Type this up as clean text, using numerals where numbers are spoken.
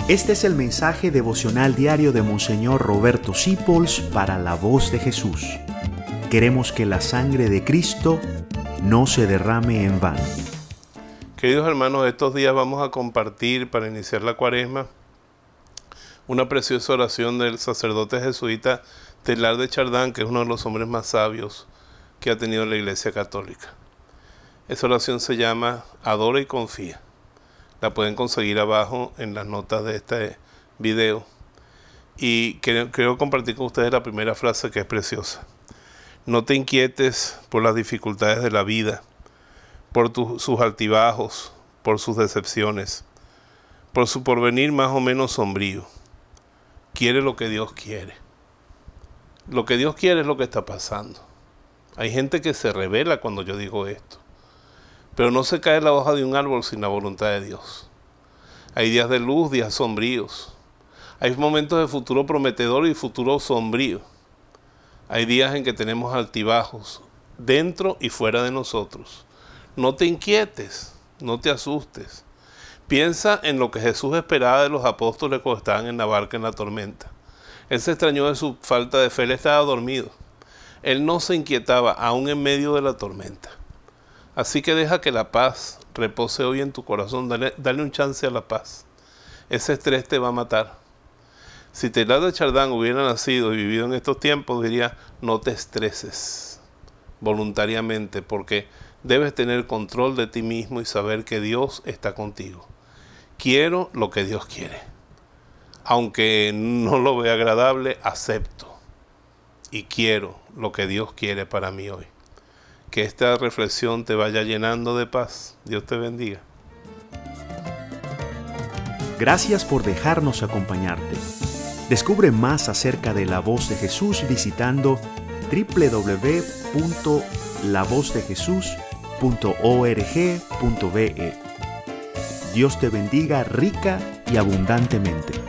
Este es el mensaje devocional diario de Monseñor Roberto Sipols para la Voz de Jesús. Queremos que la sangre de Cristo no se derrame en vano. Queridos hermanos, estos días vamos a compartir para iniciar la Cuaresma una preciosa oración del sacerdote jesuita Teilhard de Chardin, que es uno de los hombres más sabios que ha tenido la Iglesia Católica. Esa oración se llama Adora y confía. La pueden conseguir abajo en las notas de este video. Y quiero compartir con ustedes la primera frase, que es preciosa. No te inquietes por las dificultades de la vida, por sus altibajos, por sus decepciones, por su porvenir más o menos sombrío. Quiere lo que Dios quiere. Lo que Dios quiere es lo que está pasando. Hay gente que se revela cuando yo digo esto. Pero no se cae la hoja de un árbol sin la voluntad de Dios. Hay días de luz, días sombríos. Hay momentos de futuro prometedor y futuro sombrío. Hay días en que tenemos altibajos, dentro y fuera de nosotros. No te inquietes, no te asustes. Piensa en lo que Jesús esperaba de los apóstoles cuando estaban en la barca en la tormenta. Él se extrañó de su falta de fe, él estaba dormido. Él no se inquietaba aún en medio de la tormenta. Así que deja que la paz repose hoy en tu corazón. Dale un chance a la paz. Ese estrés te va a matar. Si Teilhard de Chardin hubiera nacido y vivido en estos tiempos, diría: no te estreses voluntariamente, porque debes tener control de ti mismo y saber que Dios está contigo. Quiero lo que Dios quiere. Aunque no lo vea agradable, acepto. Y quiero lo que Dios quiere para mí hoy. Que esta reflexión te vaya llenando de paz. Dios te bendiga. Gracias por dejarnos acompañarte. Descubre más acerca de la Voz de Jesús visitando www.lavozdejesús.org.be. Dios te bendiga rica y abundantemente.